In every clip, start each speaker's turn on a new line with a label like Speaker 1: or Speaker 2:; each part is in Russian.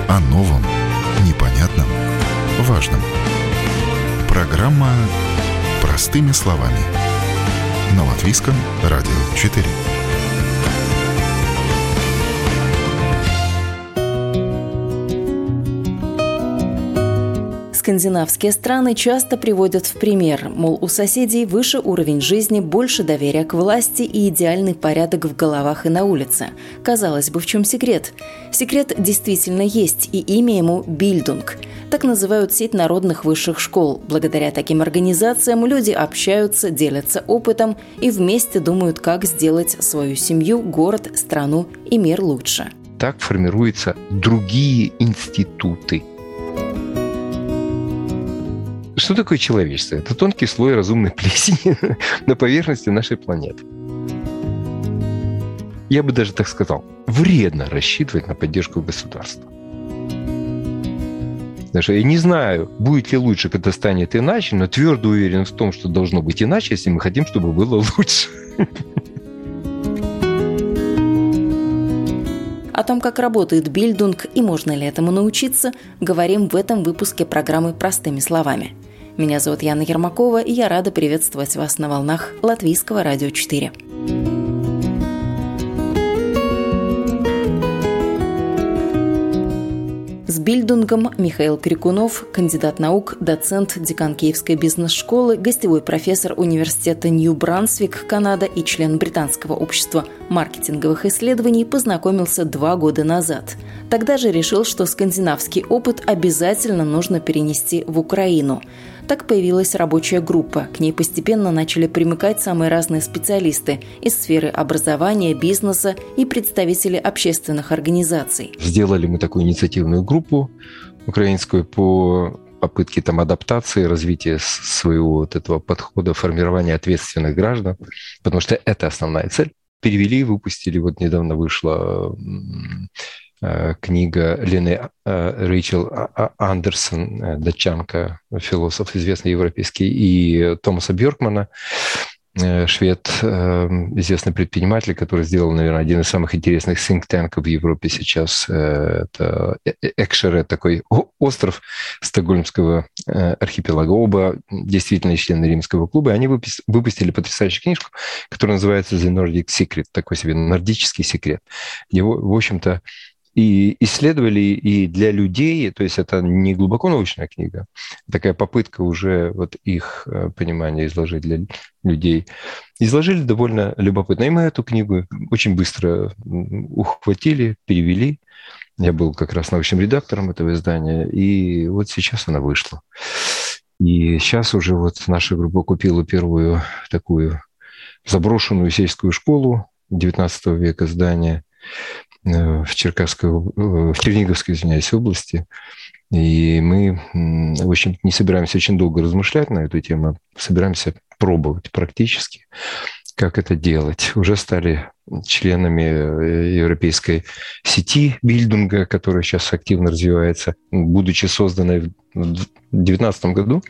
Speaker 1: О новом, непонятном, важном. Программа «Простыми словами» на Латвийском радио 4.
Speaker 2: Скандинавские страны часто приводят в пример, мол, у соседей выше уровень жизни, больше доверия к власти и идеальный порядок в головах и на улице. Казалось бы, в чем секрет? Секрет действительно есть, и имя ему «Бильдунг». Так называют сеть народных высших школ. Благодаря таким организациям люди общаются, делятся опытом и вместе думают, как сделать свою семью, город, страну и мир лучше.
Speaker 3: Так формируются другие институты. Что такое человечество? Это тонкий слой разумной плесени на поверхности нашей планеты. Я бы даже так сказал, вредно рассчитывать на поддержку государства. Потому что я не знаю, будет ли лучше, когда станет иначе, но твердо уверен в том, что должно быть иначе, если мы хотим, чтобы было лучше.
Speaker 2: О том, как работает Бильдунг и можно ли этому научиться, говорим в этом выпуске программы «Простыми словами». Меня зовут Яна Ермакова, и я рада приветствовать вас на волнах Латвийского радио 4. С Бильдунгом Михаил Крикунов, кандидат наук, доцент, декан Киевской бизнес-школы, гостевой профессор университета Нью-Брансвик, Канада и член Британского общества маркетинговых исследований, познакомился 2 года назад. Тогда же решил, что скандинавский опыт обязательно нужно перенести в Украину. Так появилась рабочая группа. К ней постепенно начали примыкать самые разные специалисты из сферы образования, бизнеса и представители общественных организаций.
Speaker 3: Сделали мы такую инициативную группу украинскую по попытке адаптации, развития своего этого подхода, формирования ответственных граждан, потому что это основная цель. Перевели, выпустили. Недавно вышла книга Лены Рэйчел Андерсон, датчанка, философ известный европейский, и Томаса Бьоркмана, швед, известный предприниматель, который сделал, наверное, один из самых интересных think-танков в Европе сейчас. Это Экшере, такой остров Стокгольмского архипелага. Оба действительно члены Римского клуба. Они выпустили потрясающую книжку, которая называется «The Nordic Secret», такой себе нордический секрет. Его, в общем-то, и исследовали и для людей, то есть это не глубоко научная книга, такая попытка уже их понимание изложить для людей. Изложили довольно любопытно. И мы эту книгу очень быстро ухватили, перевели. Я был как раз научным редактором этого издания, и сейчас она вышла. И сейчас уже наша группа купила первую такую заброшенную сельскую школу XIX века здания в Черниговской, области. И мы, в общем, не собираемся очень долго размышлять на эту тему, собираемся пробовать практически, как это делать. Уже стали членами европейской сети Бильдунга, которая сейчас активно развивается, будучи созданной в 2019 году.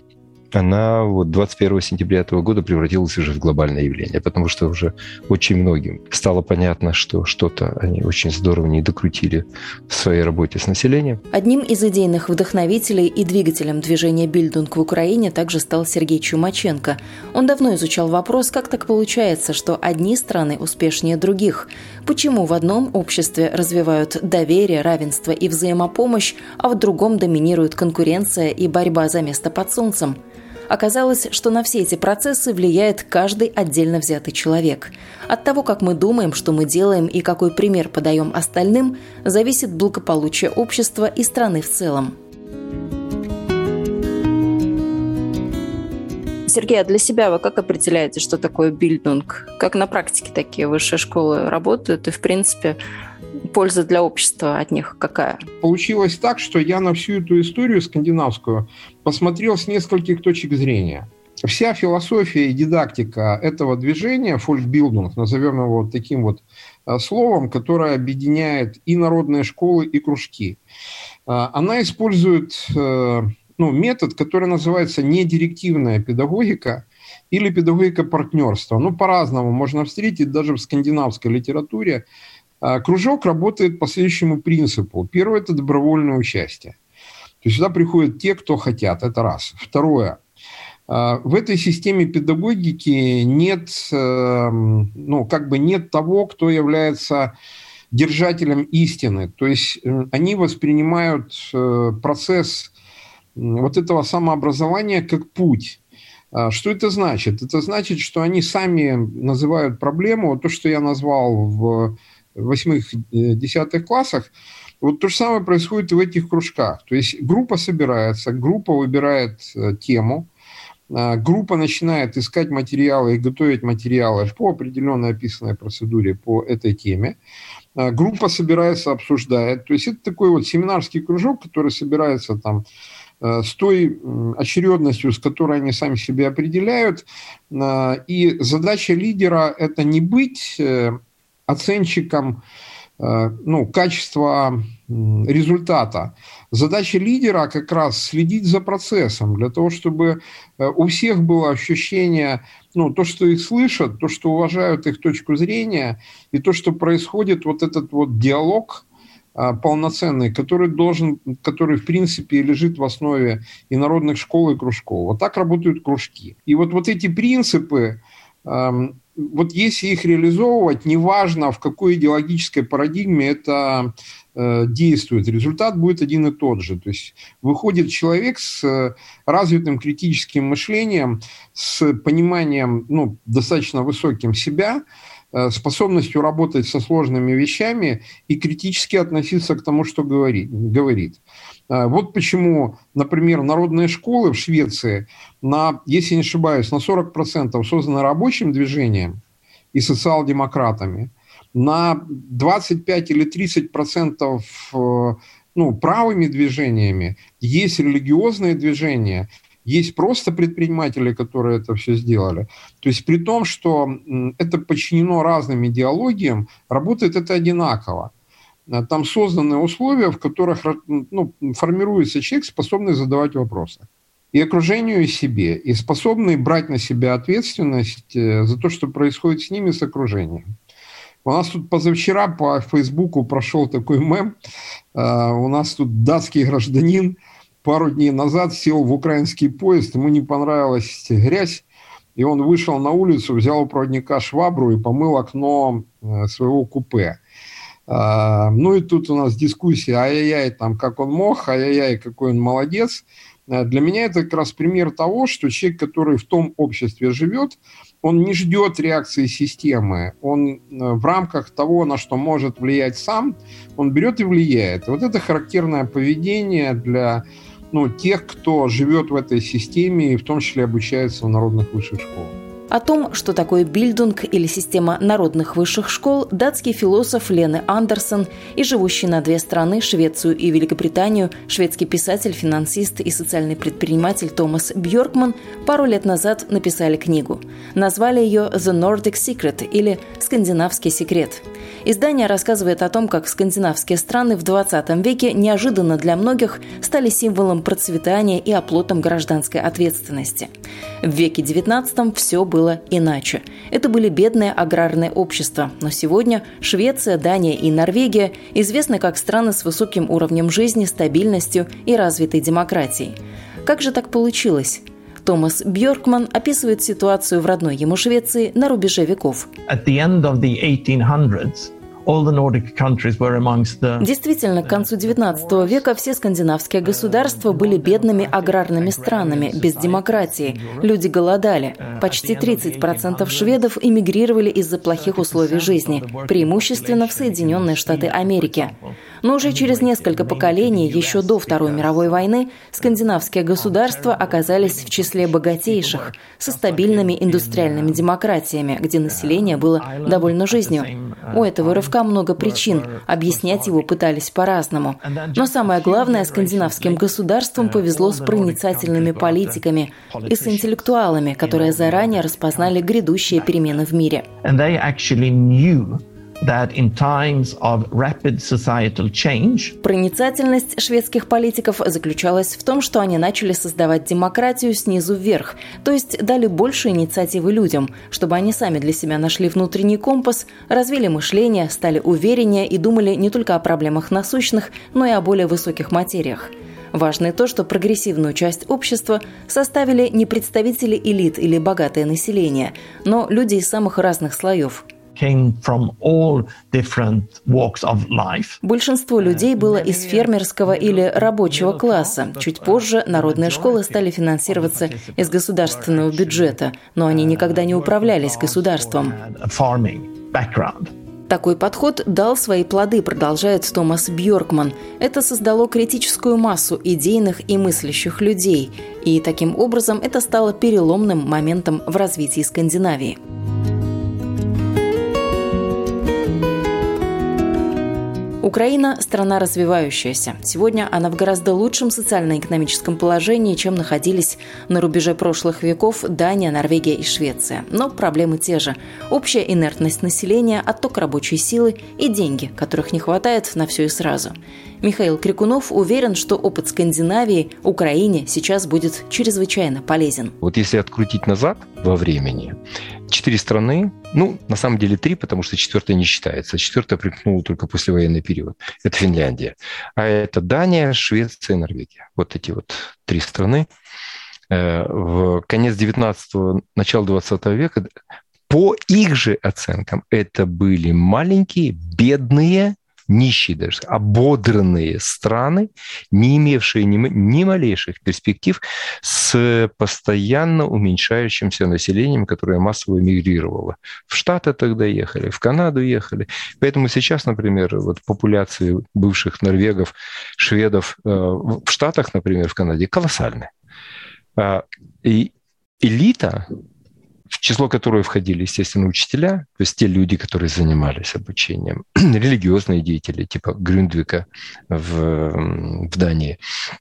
Speaker 3: Она 21 сентября этого года превратилась уже в глобальное явление, потому что уже очень многим стало понятно, что что-то они очень здорово не докрутили в своей работе с населением.
Speaker 2: Одним из идейных вдохновителей и двигателем движения «Бильдунг» в Украине также стал Сергей Чумаченко. Он давно изучал вопрос, как так получается, что одни страны успешнее других. Почему в одном обществе развивают доверие, равенство и взаимопомощь, а в другом доминирует конкуренция и борьба за место под солнцем? Оказалось, что на все эти процессы влияет каждый отдельно взятый человек. От того, как мы думаем, что мы делаем и какой пример подаем остальным, зависит благополучие общества и страны в целом. Сергей, а для себя вы как определяете, что такое Бильдунг? Как на практике такие высшие школы работают? И, в принципе, польза для общества от них какая?
Speaker 4: Получилось так, что я на всю эту историю скандинавскую посмотрел с нескольких точек зрения. Вся философия и дидактика этого движения, фолькбилдунг, назовем его таким словом, которое объединяет и народные школы, и кружки, она использует метод, который называется недирективная педагогика или педагогика партнерства. По-разному можно встретить даже в скандинавской литературе Кружок работает по следующему принципу. Первое – это добровольное участие. То есть сюда приходят те, кто хотят. Это раз. Второе. В этой системе педагогики нет, нет того, кто является держателем истины. То есть они воспринимают процесс вот этого самообразования как путь. Что это значит? Это значит, что они сами называют проблему, то, что я назвал в 8-10 классах, вот то же самое происходит и в этих кружках. То есть группа собирается, группа выбирает тему, группа начинает искать материалы и готовить материалы по определенной описанной процедуре по этой теме. Группа собирается, обсуждает. То есть это такой вот семинарский кружок, который собирается там с той очередностью, с которой они сами себя определяют. И задача лидера – это не быть оценщиком качества результата. Задача лидера как раз следить за процессом, для того, чтобы у всех было ощущение, то, что их слышат, то, что уважают их точку зрения, и то, что происходит вот этот вот диалог полноценный, который в принципе лежит в основе и народных школ, и кружков. Вот так работают кружки. И вот эти принципы, вот если их реализовывать, неважно, в какой идеологической парадигме это действует, результат будет один и тот же. То есть выходит человек с развитым критическим мышлением, с пониманием, достаточно высоким себя, способностью работать со сложными вещами и критически относиться к тому, что говорит. Вот почему, например, народные школы в Швеции, если не ошибаюсь, на 40% созданы рабочим движением и социал-демократами, на 25 или 30% правыми движениями, есть религиозные движения, есть просто предприниматели, которые это все сделали. То есть при том, что это подчинено разным идеологиям, работает это одинаково. Там созданы условия, в которых формируется человек, способный задавать вопросы. И окружению, и себе. И способный брать на себя ответственность за то, что происходит с ними, с окружением. У нас тут позавчера по Фейсбуку прошел такой мем. У нас тут датский гражданин пару дней назад сел в украинский поезд, ему не понравилась грязь, и он вышел на улицу, взял у проводника швабру и помыл окно своего купе. И тут у нас дискуссия, ай-яй-яй, там, как он мог, ай-яй-яй, какой он молодец. Для меня это как раз пример того, что человек, который в том обществе живет, он не ждет реакции системы, он в рамках того, на что может влиять сам, он берет и влияет. Вот это характерное поведение для тех, кто живет в этой системе и в том числе обучается в народных высших школах.
Speaker 2: О том, что такое бильдунг или система народных высших школ, датский философ Лене Андерсон и живущий на две страны, Швецию и Великобританию, шведский писатель, финансист и социальный предприниматель Томас Бьоркман пару лет назад написали книгу. Назвали ее «The Nordic Secret» или «Скандинавский секрет». Издание рассказывает о том, как скандинавские страны в 20 веке неожиданно для многих стали символом процветания и оплотом гражданской ответственности. В веке XIX все было иначе. Это были бедные аграрные общества, но сегодня Швеция, Дания и Норвегия известны как страны с высоким уровнем жизни, стабильностью и развитой демократией. Как же так получилось? Томас Бьоркман описывает ситуацию в родной ему Швеции на рубеже веков. Действительно, к концу XIX века все скандинавские государства были бедными аграрными странами, без демократии. Люди голодали. Почти 30% шведов эмигрировали из-за плохих условий жизни, преимущественно в Соединенные Штаты Америки. Но уже через несколько поколений, еще до Второй мировой войны, скандинавские государства оказались в числе богатейших, со стабильными индустриальными демократиями, где население было довольно жизнью. У этого рывка много причин, объяснять его пытались по-разному. Но самое главное, скандинавским государствам повезло с проницательными политиками и с интеллектуалами, которые заранее распознали грядущие перемены в мире.
Speaker 5: that in times of rapid societal change,
Speaker 2: проницательность шведских политиков заключалась в том, что они начали создавать демократию снизу вверх, то есть дали больше инициативы людям, чтобы они сами для себя нашли внутренний компас, развили мышление, стали увереннее и думали не только о проблемах насущных, но и о более высоких материях. Важно и то, что прогрессивную часть общества составили не представители элит или богатое население, но люди из самых разных слоев. Большинство людей было из фермерского или рабочего класса. Чуть позже народные школы стали финансироваться из государственного бюджета, но они никогда не управлялись государством. Такой подход дал свои плоды, продолжает Томас Бьоркман. Это создало критическую массу идейных и мыслящих людей, и таким образом это стало переломным моментом в развитии Скандинавии. Украина – страна развивающаяся. Сегодня она в гораздо лучшем социально-экономическом положении, чем находились на рубеже прошлых веков Дания, Норвегия и Швеция. Но проблемы те же. Общая инертность населения, отток рабочей силы и деньги, которых не хватает на все и сразу. Михаил Крикунов уверен, что опыт Скандинавии Украине сейчас будет чрезвычайно полезен.
Speaker 3: Вот если открутить назад во времени, 4 страны, на самом деле 3, потому что 4-я не считается. 4-я примкнула только послевоенный период. Это Финляндия. А это Дания, Швеция и Норвегия. Вот эти вот 3 страны. В конец 19-го, начало 20 века, по их же оценкам, это были маленькие, бедные, нищие даже, ободранные страны, не имевшие ни малейших перспектив, с постоянно уменьшающимся населением, которое массово эмигрировало. В Штаты тогда ехали, в Канаду ехали. Поэтому сейчас, например, вот популяции бывших норвегов, шведов в Штатах, например, в Канаде, колоссальная. И элита, в число которой входили, естественно, учителя, то есть те люди, которые занимались обучением, религиозные деятели, типа Грюндвика в Дании,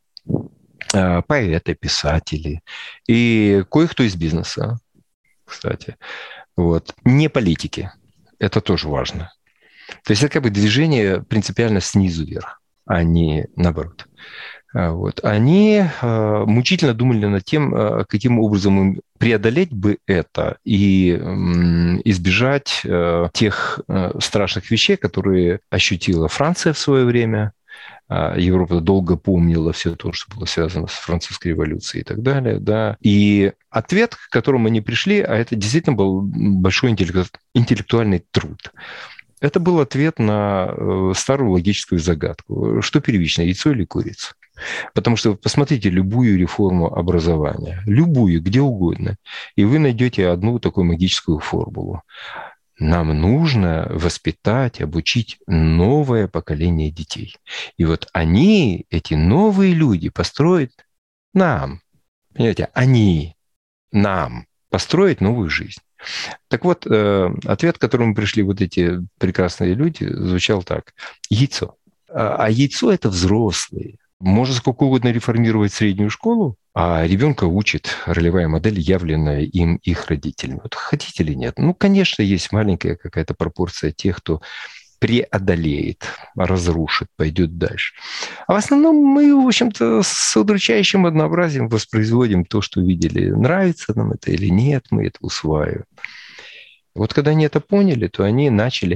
Speaker 3: поэты, писатели и кое-кто из бизнеса, кстати. Вот. Не политики. Это тоже важно. То есть это как бы движение принципиально снизу вверх, а не наоборот. Вот. Они мучительно думали над тем, каким образом им преодолеть бы это и избежать тех страшных вещей, которые ощутила Франция в свое время. Европа долго помнила все то, что было связано с французской революцией и так далее. Да. И ответ, к которому они пришли, а это действительно был большой интеллектуальный труд. Это был ответ на старую логическую загадку. Что первично, яйцо или курица? Потому что посмотрите любую реформу образования, любую, где угодно, и вы найдете одну такую магическую формулу. Нам нужно воспитать, обучить новое поколение детей. И вот они, эти новые люди, построят нам, понимаете, они нам построят новую жизнь. Так вот, ответ, к которому пришли вот эти прекрасные люди, звучал так. Яйцо. А яйцо – это взрослые. Можно сколько угодно реформировать среднюю школу, а ребенка учит ролевая модель, явленная им их родителями. Вот хотите или нет? Конечно, есть маленькая какая-то пропорция тех, кто преодолеет, разрушит, пойдет дальше. А в основном мы, в общем-то, с удручающим однообразием воспроизводим то, что видели. Нравится нам это или нет, мы это усваиваем. Вот когда они это поняли, то они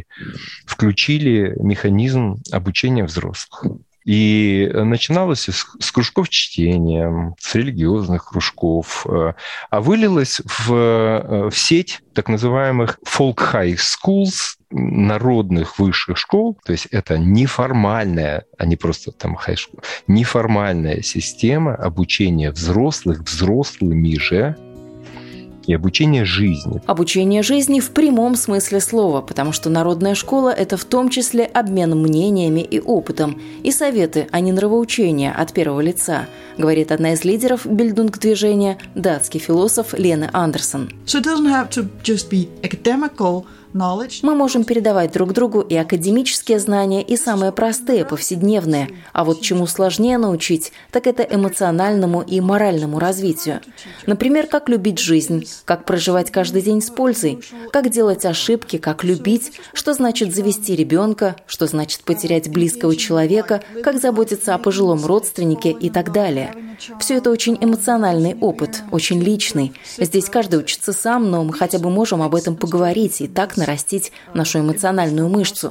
Speaker 3: включили механизм обучения взрослых. И начиналось с кружков чтения, с религиозных кружков, а вылилось в сеть так называемых folk high schools, народных высших школ. То есть это неформальная, а не просто там high school, неформальная система обучения взрослых взрослыми же, и обучение жизни.
Speaker 2: Обучение жизни в прямом смысле слова, потому что народная школа – это в том числе обмен мнениями и опытом, и советы, а не нравоучения от первого лица, говорит одна из лидеров бильдунг-движения, датский философ Лена Андерсон.
Speaker 6: So it doesn't have to just be academical
Speaker 2: Мы можем передавать друг другу и академические знания, и самые простые, повседневные. А вот чему сложнее научить, так это эмоциональному и моральному развитию. Например, как любить жизнь, как проживать каждый день с пользой, как делать ошибки, как любить, что значит завести ребенка, что значит потерять близкого человека, как заботиться о пожилом родственнике и так далее. Все это очень эмоциональный опыт, очень личный. Здесь каждый учится сам, но мы хотя бы можем об этом поговорить и так нарастить нашу эмоциональную мышцу.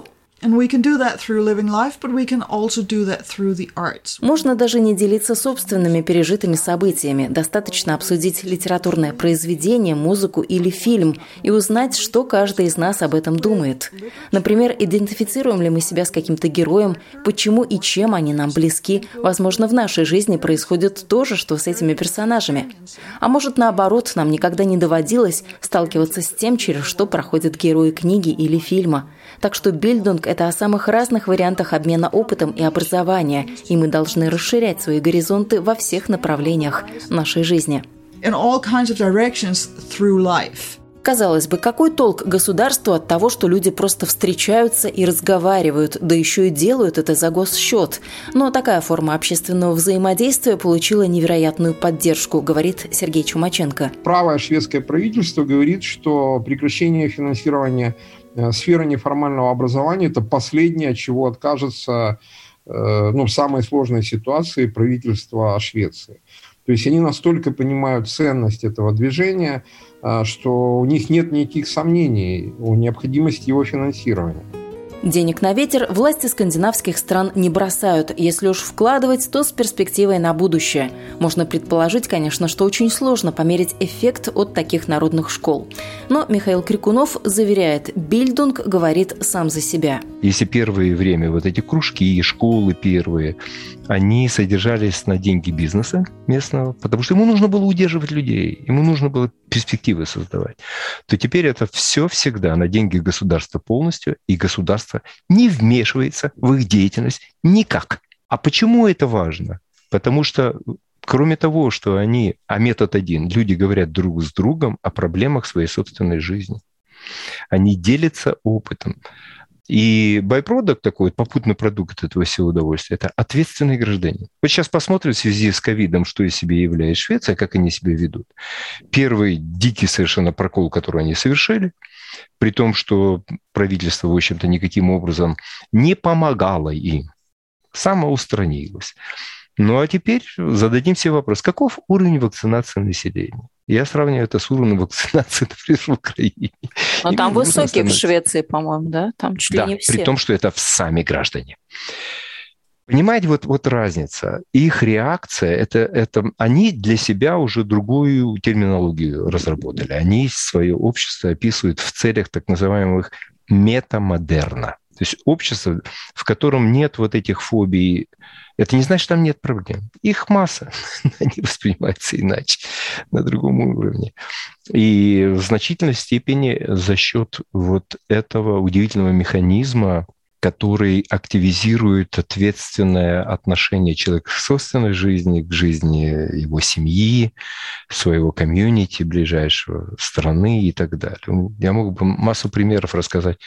Speaker 2: Можно даже не делиться собственными пережитыми событиями. Достаточно обсудить литературное произведение, музыку или фильм и узнать, что каждый из нас об этом думает. Например, идентифицируем ли мы себя с каким-то героем, почему и чем они нам близки. Возможно, в нашей жизни происходит то же, что с этими персонажами. А может, наоборот, нам никогда не доводилось сталкиваться с тем, через что проходят герои книги или фильма. Так что бильдунг – это о самых разных вариантах обмена опытом и образования, и мы должны расширять свои горизонты во всех направлениях нашей жизни. Казалось бы, какой толк государству от того, что люди просто встречаются и разговаривают, да еще и делают это за госсчет? Но такая форма общественного взаимодействия получила невероятную поддержку, говорит Сергей Чумаченко.
Speaker 4: Правое шведское правительство говорит, что прекращение финансирования сферы неформального образования – это последнее, от чего откажется в самой сложной ситуации правительство Швеции. То есть они настолько понимают ценность этого движения, что у них нет никаких сомнений о необходимости его финансирования.
Speaker 2: Денег на ветер власти скандинавских стран не бросают. Если уж вкладывать, то с перспективой на будущее. Можно предположить, конечно, что очень сложно померить эффект от таких народных школ. Но Михаил Крикунов заверяет, бильдунг говорит сам за себя.
Speaker 3: Если первое время вот эти кружки, школы первые, они содержались на деньги бизнеса местного, потому что ему нужно было удерживать людей, ему нужно было перспективы создавать, то теперь это все всегда на деньги государства полностью, и государство не вмешивается в их деятельность никак. А почему это важно? Потому что кроме того, что метод один, люди говорят друг с другом о проблемах своей собственной жизни. Они делятся опытом. И байпродукт такой, попутный продукт этого всего удовольствия, это ответственные граждане. Вот сейчас посмотрим в связи с ковидом, что из себя является Швеция, как они себя ведут. Первый дикий совершенно прокол, который они совершили, при том, что правительство, в общем-то, никаким образом не помогало им, самоустранилось. Ну а теперь зададим себе вопрос, каков уровень вакцинации населения? Я сравниваю это с уровнем вакцинации, например, в Украине.
Speaker 2: Но там высокий в Швеции, по-моему, да? Там чуть ли не все.
Speaker 3: При том, что это сами граждане. Понимаете, вот разница. Их реакция, это они для себя уже другую терминологию разработали. Они свое общество описывают в целях так называемых метамодерна. То есть общество, в котором нет вот этих фобий, это не значит, что там нет проблем. Их масса, они воспринимаются иначе, на другом уровне. И в значительной степени за счет вот этого удивительного механизма, который активизирует ответственное отношение человека к собственной жизни, к жизни его семьи, своего комьюнити ближайшего, страны и так далее. Я мог бы массу примеров рассказать,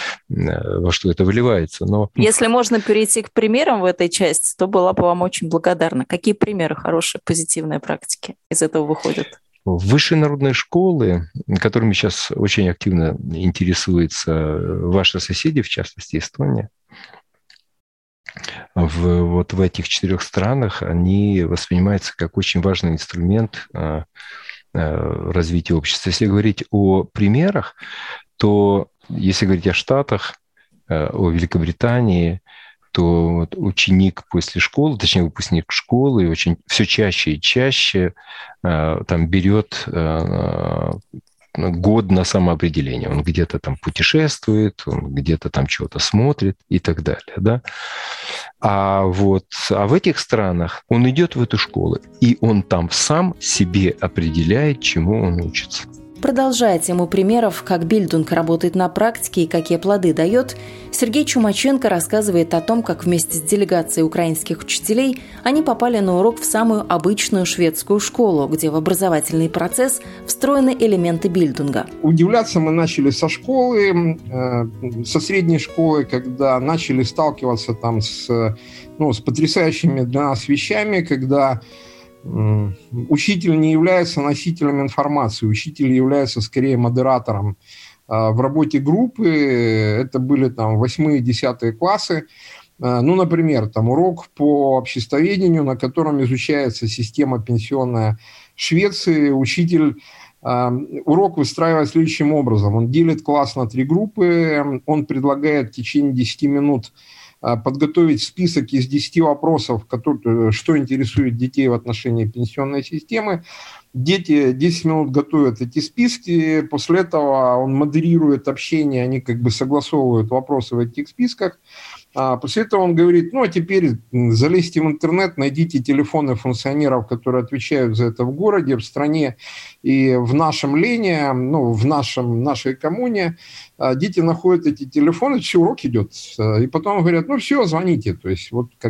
Speaker 3: во что это выливается. Но...
Speaker 2: Если можно перейти к примерам в этой части, то была бы вам очень благодарна. Какие примеры хорошие, позитивные практики из этого выходят?
Speaker 3: Высшие народные школы, которыми сейчас очень активно интересуются ваши соседи, в частности Эстония, вот в этих 4 странах они воспринимаются как очень важный инструмент развития общества. Если говорить о примерах, то если говорить о Штатах, о Великобритании, то вот ученик после школы, точнее выпускник школы, очень все чаще и чаще там берет год на самоопределение. Он где-то там путешествует, он где-то там чего-то смотрит и так далее. Да? А в этих странах он идет в эту школу, и он там сам себе определяет, чему он учится.
Speaker 2: Продолжая тему примеров, как бильдунг работает на практике и какие плоды дает, Сергей Чумаченко рассказывает о том, как вместе с делегацией украинских учителей они попали на урок в самую обычную шведскую школу, где в образовательный процесс встроены элементы бильдунга.
Speaker 4: Удивляться мы начали со школы, со средней школы, когда начали сталкиваться там с потрясающими для нас вещами, когда учитель не является носителем информации, учитель является скорее модератором в работе группы. Это были там 8-10 классы. Например, там урок по обществоведению, на котором изучается система пенсионная Швеции. Учитель урок выстраивает следующим образом. Он делит класс на 3 группы, он предлагает в течение 10 минут подготовить список из 10 вопросов, что интересует детей в отношении пенсионной системы. Дети 10 минут готовят эти списки, после этого он модерирует общение, они как бы согласовывают вопросы в этих списках. После этого он говорит, а теперь залезьте в интернет, найдите телефоны функционеров, которые отвечают за это в городе, в стране и в нашем Лене, в нашей коммуне. Дети находят эти телефоны, все, урок идет. И потом говорят, все, звоните. То есть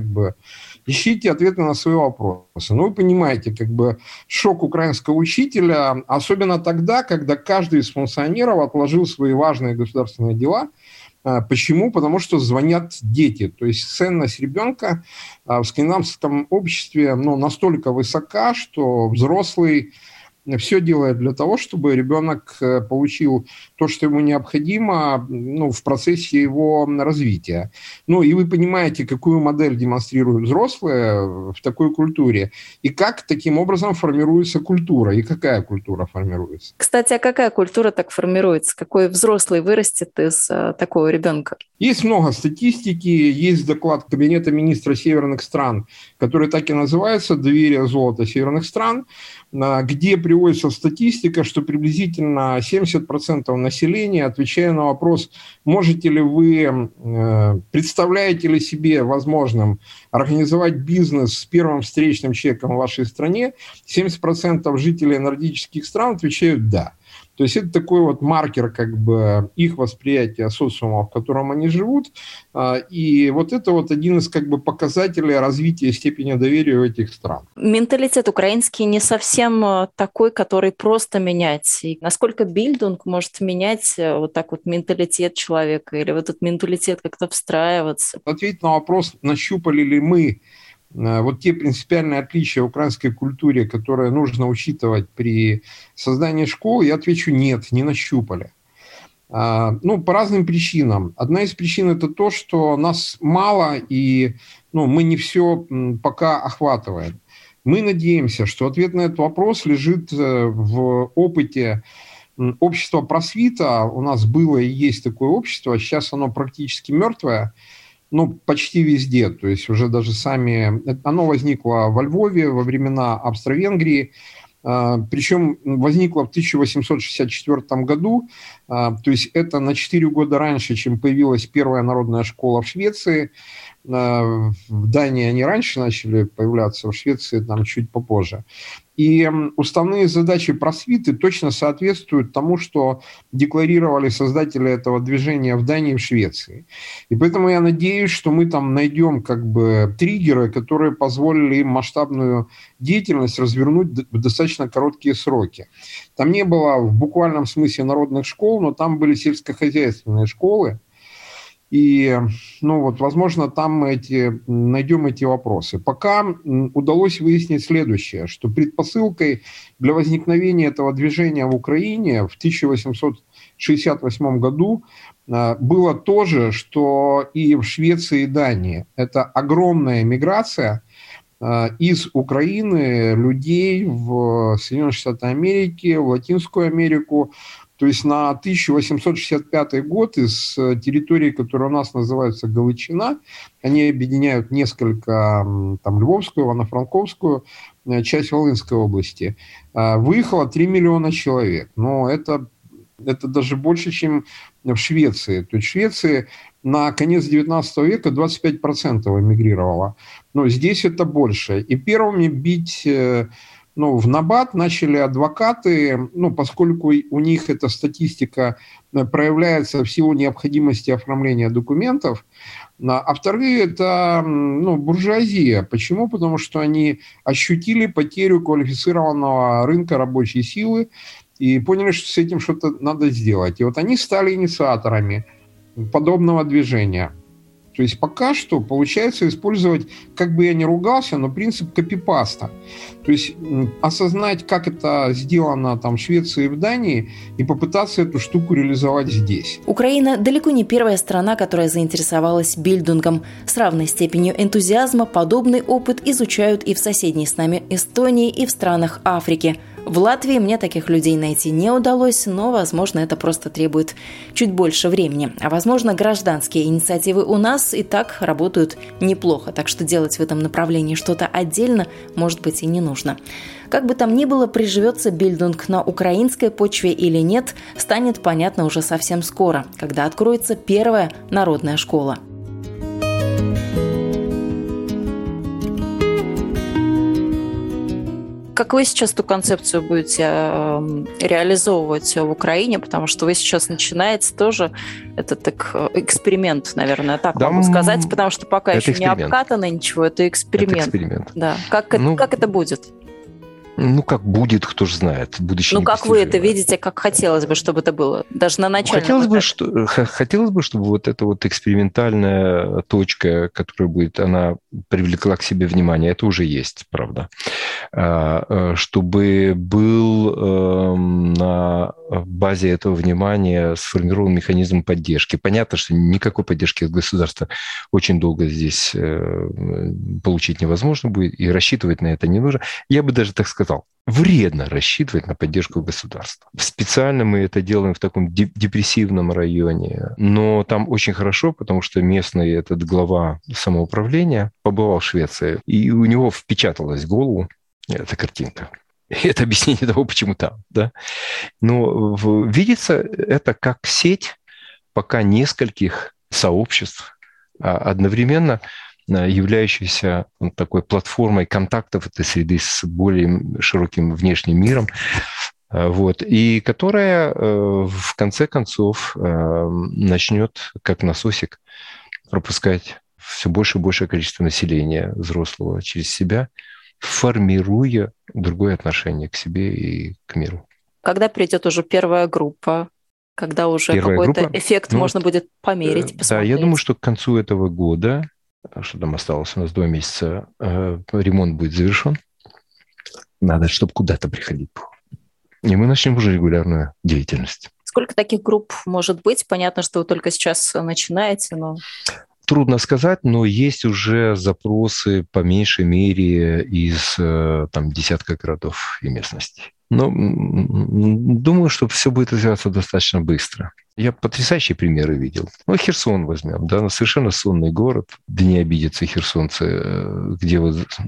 Speaker 4: ищите ответы на свои вопросы. Вы понимаете, шок украинского учителя, особенно тогда, когда каждый из функционеров отложил свои важные государственные дела. Почему? Потому что звонят дети. То есть ценность ребенка в скандинавском обществе настолько высока, что взрослый все делает для того, чтобы ребенок получил то, что ему необходимо в процессе его развития. И вы понимаете, какую модель демонстрируют взрослые в такой культуре, и как таким образом формируется культура, и какая культура формируется.
Speaker 2: Кстати, а какая культура так формируется? Какой взрослый вырастет из такого ребенка?
Speaker 4: Есть много статистики, есть доклад Кабинета министра северных стран, который так и называется «Доверие золота северных стран», где приводится статистика, что приблизительно 70% населения, отвечая на вопрос, представляете ли себе возможным организовать бизнес с первым встречным человеком в вашей стране, 70% жителей нордических стран отвечают «да». То есть это такой маркер их восприятия социума, в котором они живут. И это один из показателей развития степени доверия у этих стран.
Speaker 2: Менталитет украинский не совсем такой, который просто менять. И насколько бильдунг может менять менталитет человека или в этот менталитет как-то встраиваться?
Speaker 4: Ответить на вопрос, нащупали ли мы те принципиальные отличия в украинской культуре, которые нужно учитывать при создании школ, я отвечу нет, не нащупали. По разным причинам. Одна из причин – это то, что нас мало, и мы не все пока охватываем. Мы надеемся, что ответ на этот вопрос лежит в опыте общества просвита. У нас было и есть такое общество, сейчас оно практически мертвое. Почти везде, то есть уже даже оно возникло во Львове во времена Австро-Венгрии, причем возникло в 1864 году, то есть это на 4 года раньше, чем появилась первая народная школа в Швеции. В Дании они раньше начали появляться, в Швеции чуть попозже. И уставные задачи просвиты точно соответствуют тому, что декларировали создатели этого движения в Дании и в Швеции. И поэтому я надеюсь, что мы найдем триггеры, которые позволили им масштабную деятельность развернуть в достаточно короткие сроки. Там не было в буквальном смысле народных школ, но там были сельскохозяйственные школы. И, возможно, там мы найдем эти вопросы. Пока удалось выяснить следующее, что предпосылкой для возникновения этого движения в Украине в 1868 году было то же, что и в Швеции и Дании. Это огромная миграция из Украины людей в Соединенные Штаты Америки, в Латинскую Америку. То есть на 1865 год из территории, которая у нас называется Галичина, они объединяют несколько, Львовскую, Ивано-Франковскую, часть Волынской области, выехало 3 миллиона человек. Но это даже больше, чем в Швеции. То есть в Швеции на конец 19 века 25% эмигрировало. Но здесь это больше. И первыми бить в Набат начали адвокаты, поскольку у них эта статистика проявляется в силу необходимости оформления документов, а вторые – это буржуазия. Почему? Потому что они ощутили потерю квалифицированного рынка рабочей силы и поняли, что с этим что-то надо сделать. И вот они стали инициаторами подобного движения. То есть пока что получается использовать, как бы я ни ругался, но принцип копипаста. То есть осознать, как это сделано там в Швеции и в Дании, и попытаться эту штуку реализовать здесь.
Speaker 2: Украина далеко не первая страна, которая заинтересовалась бильдунгом. С равной степенью энтузиазма подобный опыт изучают и в соседней с нами Эстонии, и в странах Африки. В Латвии мне таких людей найти не удалось, но, возможно, это просто требует чуть больше времени. А, возможно, гражданские инициативы у нас и так работают неплохо, так что делать в этом направлении что-то отдельно, может быть, и не нужно. Как бы там ни было, приживется бильдунг на украинской почве или нет, станет понятно уже совсем скоро, когда откроется первая народная школа.
Speaker 6: Как вы сейчас эту концепцию будете реализовывать в Украине? Потому что вы сейчас начинаете тоже этот эксперимент, наверное, так могу сказать, потому что пока еще не обкатано ничего, это эксперимент. Это
Speaker 3: эксперимент.
Speaker 6: Да. Как это будет?
Speaker 3: Как будет, кто же знает. Будущее
Speaker 6: как вы это видите, как хотелось бы, чтобы это было? Даже на начальном этапе.
Speaker 3: Хотелось бы, чтобы вот эта вот экспериментальная точка, которая будет, она привлекла к себе внимание, это уже есть, правда. Чтобы был на базе этого внимания сформирован механизм поддержки. Понятно, что никакой поддержки от государства очень долго здесь получить невозможно будет, и рассчитывать на это не нужно. Я бы даже так сказал, вредно рассчитывать на поддержку государства. Специально мы это делаем в таком депрессивном районе, но там очень хорошо, потому что местный этот глава самоуправления побывал в Швеции, и у него впечаталась в голову эта картинка. Это объяснение того, почему там. Да? Но видится это как сеть пока нескольких сообществ, одновременно являющейся такой платформой контактов этой среды с более широким внешним миром, и которая в конце концов начнет, как насосик, пропускать все больше и большее количество населения взрослого через себя, формируя другое отношение к себе и к миру.
Speaker 6: Когда придет уже первая группа? Когда уже какой-то эффект можно будет померить, посмотреть?
Speaker 3: Да, я думаю, что к концу этого года, что там осталось у нас 2 месяца, ремонт будет завершен. Надо, чтобы куда-то приходить было. И мы начнем уже регулярную деятельность.
Speaker 6: Сколько таких групп может быть? Понятно, что вы только сейчас начинаете, но...
Speaker 3: Трудно сказать, но есть уже запросы по меньшей мере из десятка городов и местностей. Но думаю, что все будет развиваться достаточно быстро. Я потрясающие примеры видел. Херсон возьмем, да, совершенно сонный город, да не обидятся херсонцы, где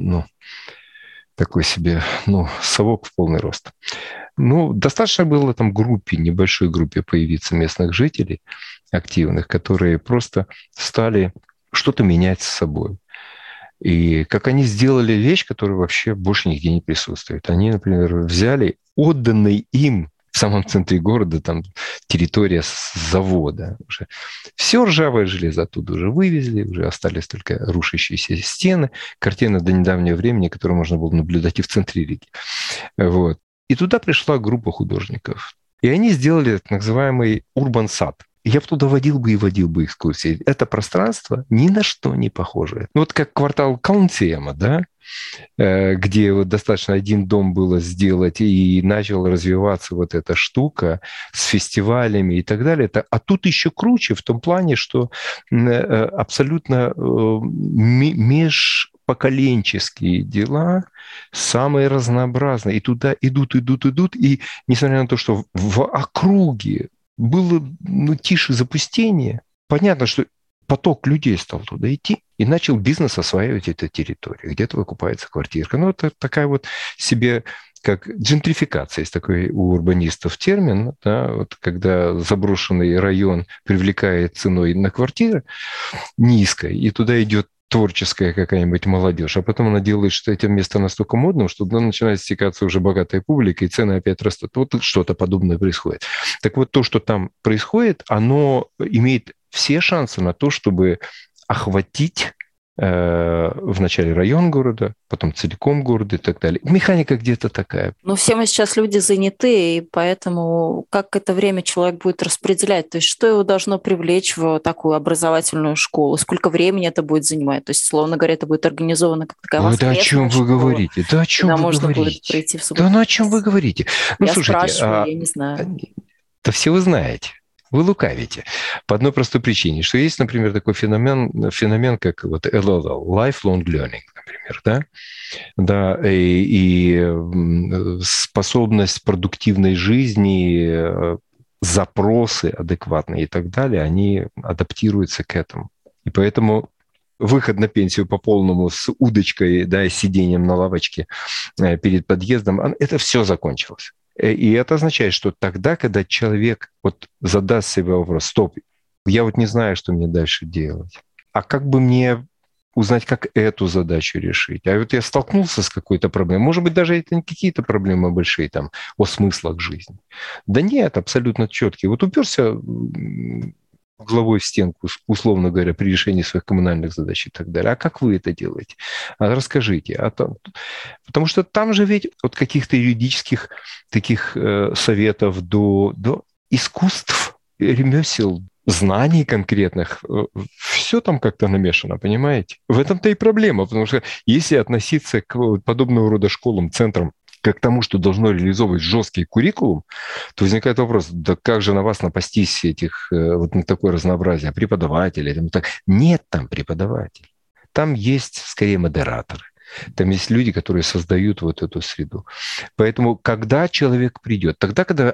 Speaker 3: такой себе, совок в полный рост. Достаточно было там небольшой группе появиться местных жителей активных, которые просто стали что-то менять с собой. И как они сделали вещь, которая вообще больше нигде не присутствует. Они, например, взяли отданный им в самом центре города, там территория завода. Уже все ржавое железо оттуда уже вывезли, уже остались только рушащиеся стены. Картина до недавнего времени, которую можно было наблюдать и в центре Риги. И туда пришла группа художников. И они сделали так называемый урбан-сад. Я бы туда водил бы экскурсии. Это пространство ни на что не похожее. Как квартал Каунтема, да, где достаточно один дом было сделать, и начала развиваться вот эта штука с фестивалями и так далее. А тут еще круче в том плане, что абсолютно межпоколенческие дела, самые разнообразные. И туда идут. И несмотря на то, что в округе было тише запустение, понятно, что поток людей стал туда идти, и начал бизнес осваивать эту территорию. Где-то выкупается квартирка. Это такая вот себе, как джентрификация, есть такой у урбанистов термин, да, когда заброшенный район привлекает ценой на квартиры низкой, и туда идет творческая какая-нибудь молодежь, а потом она делает что это место настолько модным, что туда начинает стекаться уже богатая публика, и цены опять растут. Вот что-то подобное происходит. Так вот, то, что там происходит, оно имеет все шансы на то, чтобы охватить вначале район города, потом целиком города и так далее. Механика где-то такая.
Speaker 6: Ну, все мы сейчас люди заняты, и поэтому как это время человек будет распределять? То есть что его должно привлечь в такую образовательную школу? Сколько времени это будет занимать? То есть, словно говоря, это будет организовано как такая воскресная
Speaker 3: да о чем
Speaker 6: школа,
Speaker 3: вы говорите? Да о чем вы
Speaker 6: можно
Speaker 3: говорите?
Speaker 6: Будет прийти в субботу.
Speaker 3: Да ну о чем вы говорите? Ну,
Speaker 6: я
Speaker 3: слушайте,
Speaker 6: спрашиваю, я не знаю.
Speaker 3: Да все вы знаете. Вы лукавите. По одной простой причине, что есть, например, такой феномен как вот LLL, lifelong learning, например, да? Да, и способность продуктивной жизни, запросы адекватные и так далее, они адаптируются к этому. И поэтому выход на пенсию по полному с удочкой, да, и сидением на лавочке перед подъездом, это все закончилось. И это означает, что тогда, когда человек вот задаст себе вопрос, стоп, я вот не знаю, что мне дальше делать, а как бы мне узнать, как эту задачу решить? А вот я столкнулся с какой-то проблемой, может быть, даже это не какие-то проблемы большие, там, о смыслах жизни. Да нет, абсолютно четкие. Вот уперся головой в стенку, условно говоря, при решении своих коммунальных задач и так далее. А как вы это делаете? Расскажите. Потому что там же ведь от каких-то юридических таких советов до искусств, ремесел, знаний конкретных, все там как-то намешано, понимаете? В этом-то и проблема, потому что если относиться к подобного рода школам, центрам, как к тому, что должно реализовывать жесткий куррикулум, то возникает вопрос, да как же на вас напастись этих, вот на такое разнообразие преподавателей? Нет там преподавателей. Там есть скорее модераторы. Там есть люди, которые создают вот эту среду. Поэтому, когда человек придет, тогда, когда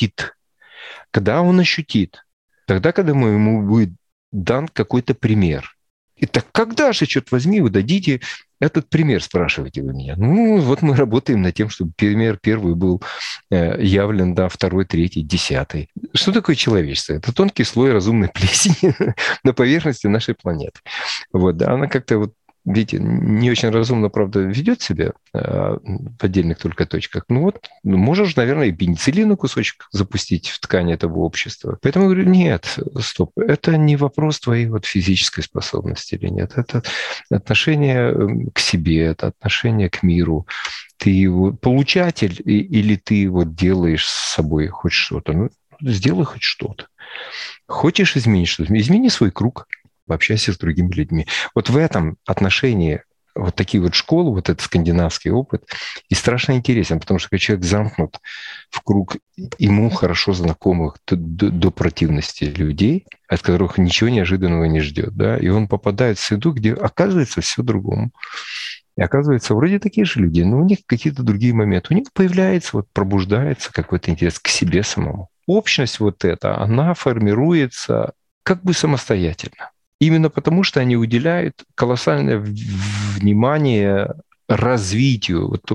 Speaker 3: он ощутит, тогда, когда ему будет дан какой-то пример. И так когда же, черт возьми, вы дадите этот пример, спрашиваете вы меня? Ну, вот мы работаем над тем, чтобы пример первый был явлен, да, второй, третий, 10. Что такое человечество? Это тонкий слой разумной плесени на поверхности нашей планеты. Вот, да, она как-то вот, видите, не очень разумно, правда, ведет себя в отдельных только точках. Ну вот, можешь, наверное, и пенициллину кусочек запустить в ткань этого общества. Поэтому я говорю, нет, стоп, это не вопрос твоей вот физической способности или нет. Это отношение к себе, это отношение к миру. Ты получатель или ты вот делаешь с собой хоть что-то? Ну, сделай хоть что-то. Хочешь изменить что-то? Измени свой круг. Пообщайся с другими людьми. Вот в этом отношении вот такие вот школы, вот этот скандинавский опыт, и страшно интересен, потому что когда человек замкнут в круг ему хорошо знакомых до противности людей, от которых ничего неожиданного не ждет, да, и он попадает в среду, где оказывается все другому. И оказывается, вроде такие же люди, но у них какие-то другие моменты. У них появляется, вот пробуждается какой-то интерес к себе самому. Общность вот эта, она формируется как бы самостоятельно. Именно потому, что они уделяют колоссальное внимание развитию. Вот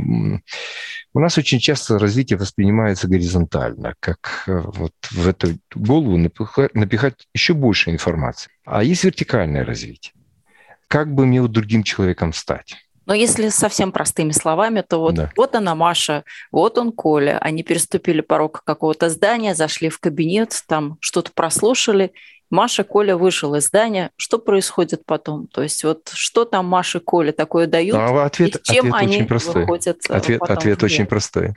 Speaker 3: у нас очень часто развитие воспринимается горизонтально, как вот в эту голову напихать еще больше информации. А есть вертикальное развитие. Как бы мне вот другим человеком стать?
Speaker 6: Но если совсем простыми словами, то вот, да. Вот она, Маша, вот он, Коля. Они переступили порог какого-то здания, зашли в кабинет, там что-то прослушали. Маша, Коля вышел из здания. Что происходит потом? То есть вот что там Маша, Коля такое дают?
Speaker 3: Ответ они очень простой. Ответ очень простой.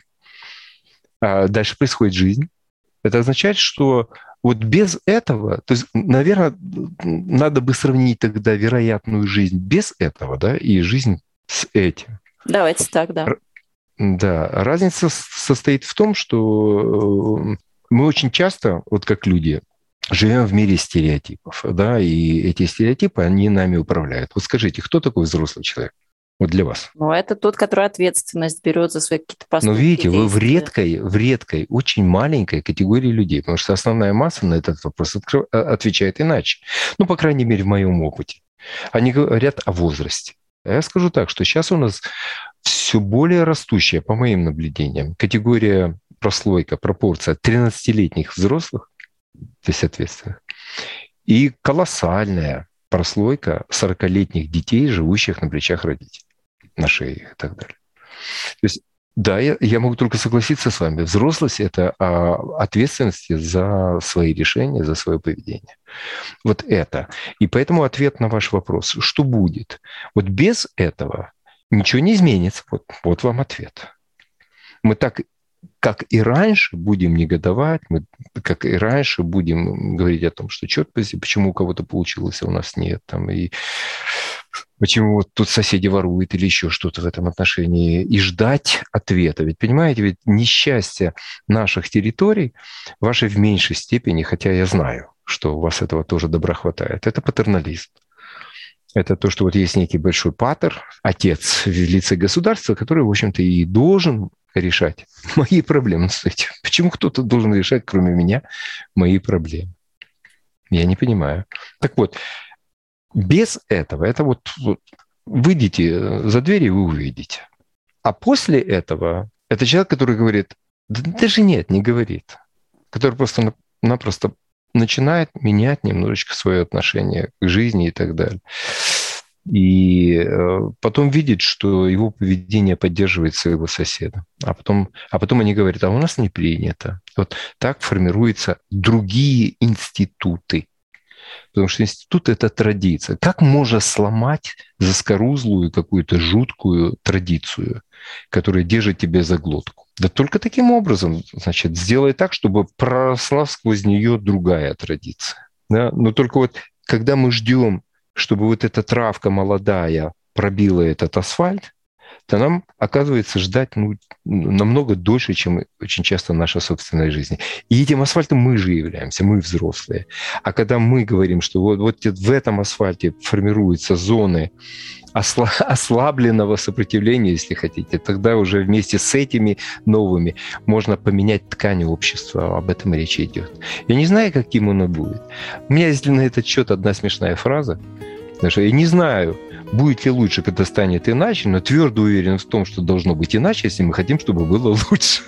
Speaker 3: Дальше происходит жизнь. Это означает, что вот без этого, то есть, наверное, надо бы сравнить тогда вероятную жизнь без этого, да, и жизнь с этим.
Speaker 6: Давайте так, да.
Speaker 3: Да, разница состоит в том, что мы очень часто, вот как люди, живем в мире стереотипов, да, и эти стереотипы, они нами управляют. Вот скажите, кто такой взрослый человек? Вот для вас.
Speaker 6: Ну, это тот, который ответственность берет за свои какие-то поступки.
Speaker 3: Но видите, вы в редкой, очень маленькой категории людей, потому что основная масса на этот вопрос отвечает иначе. Ну, по крайней мере, в моем опыте. Они говорят о возрасте. А я скажу так, что сейчас у нас все более растущая, по моим наблюдениям, категория, прослойка, пропорция 13-летних взрослых, то есть ответственных, и колоссальная прослойка 40-летних детей, живущих на плечах родителей, на шее и так далее. То есть, да, я могу только согласиться с вами. Взрослость – это ответственность за свои решения, за свое поведение. Вот это. И поэтому ответ на ваш вопрос. Что будет? Вот без этого ничего не изменится. Вот вам ответ. Мы так, как и раньше, будем негодовать, мы, как и раньше, будем говорить о том, что, черт возьми, почему у кого-то получилось, а у нас нет. И почему вот тут соседи воруют или еще что-то в этом отношении. И ждать ответа. Ведь, понимаете, ведь несчастье наших территорий ваше в меньшей степени, хотя я знаю, что у вас этого тоже добра хватает. Это патернализм. Это то, что вот есть некий большой патер, отец в лице государства, который, в общем-то, и должен решать мои проблемы. Почему кто-то должен решать, кроме меня, мои проблемы? Я не понимаю. Так вот, без этого, это вот выйдите за дверь, и вы увидите. А после этого, это человек, который говорит, да даже нет, не говорит, который просто-напросто начинает менять немножечко свое отношение к жизни и так далее. И потом видит, что его поведение поддерживается его соседом. А потом они говорят, а у нас не принято. Вот так формируются другие институты. Потому что институт – это традиция. Как можно сломать заскорузлую какую-то жуткую традицию, которая держит тебя за глотку? Да только таким образом, значит, сделай так, чтобы проросла сквозь нее другая традиция. Да? Но только вот когда мы ждем, чтобы вот эта травка молодая пробила этот асфальт, то нам, оказывается, ждать намного дольше, чем очень часто наша собственная жизнь. И этим асфальтом мы же являемся, мы взрослые. А когда мы говорим, что вот в этом асфальте формируются зоны ослабленного сопротивления, если хотите, тогда уже вместе с этими новыми можно поменять ткань общества. Об этом речь идет. Я не знаю, каким оно будет. У меня есть на этот счет одна смешная фраза. Я не знаю, будет ли лучше, когда станет иначе, но твердо уверен в том, что должно быть иначе, если мы хотим, чтобы было лучше.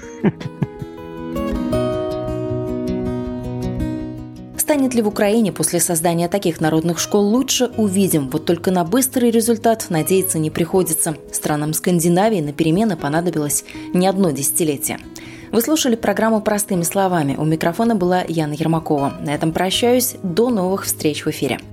Speaker 2: Станет ли в Украине после создания таких народных школ лучше, увидим. Вот только на быстрый результат надеяться не приходится. Странам Скандинавии на перемены понадобилось не одно десятилетие. Вы слушали программу «Простыми словами». У микрофона была Яна Ермакова. На этом прощаюсь. До новых встреч в эфире.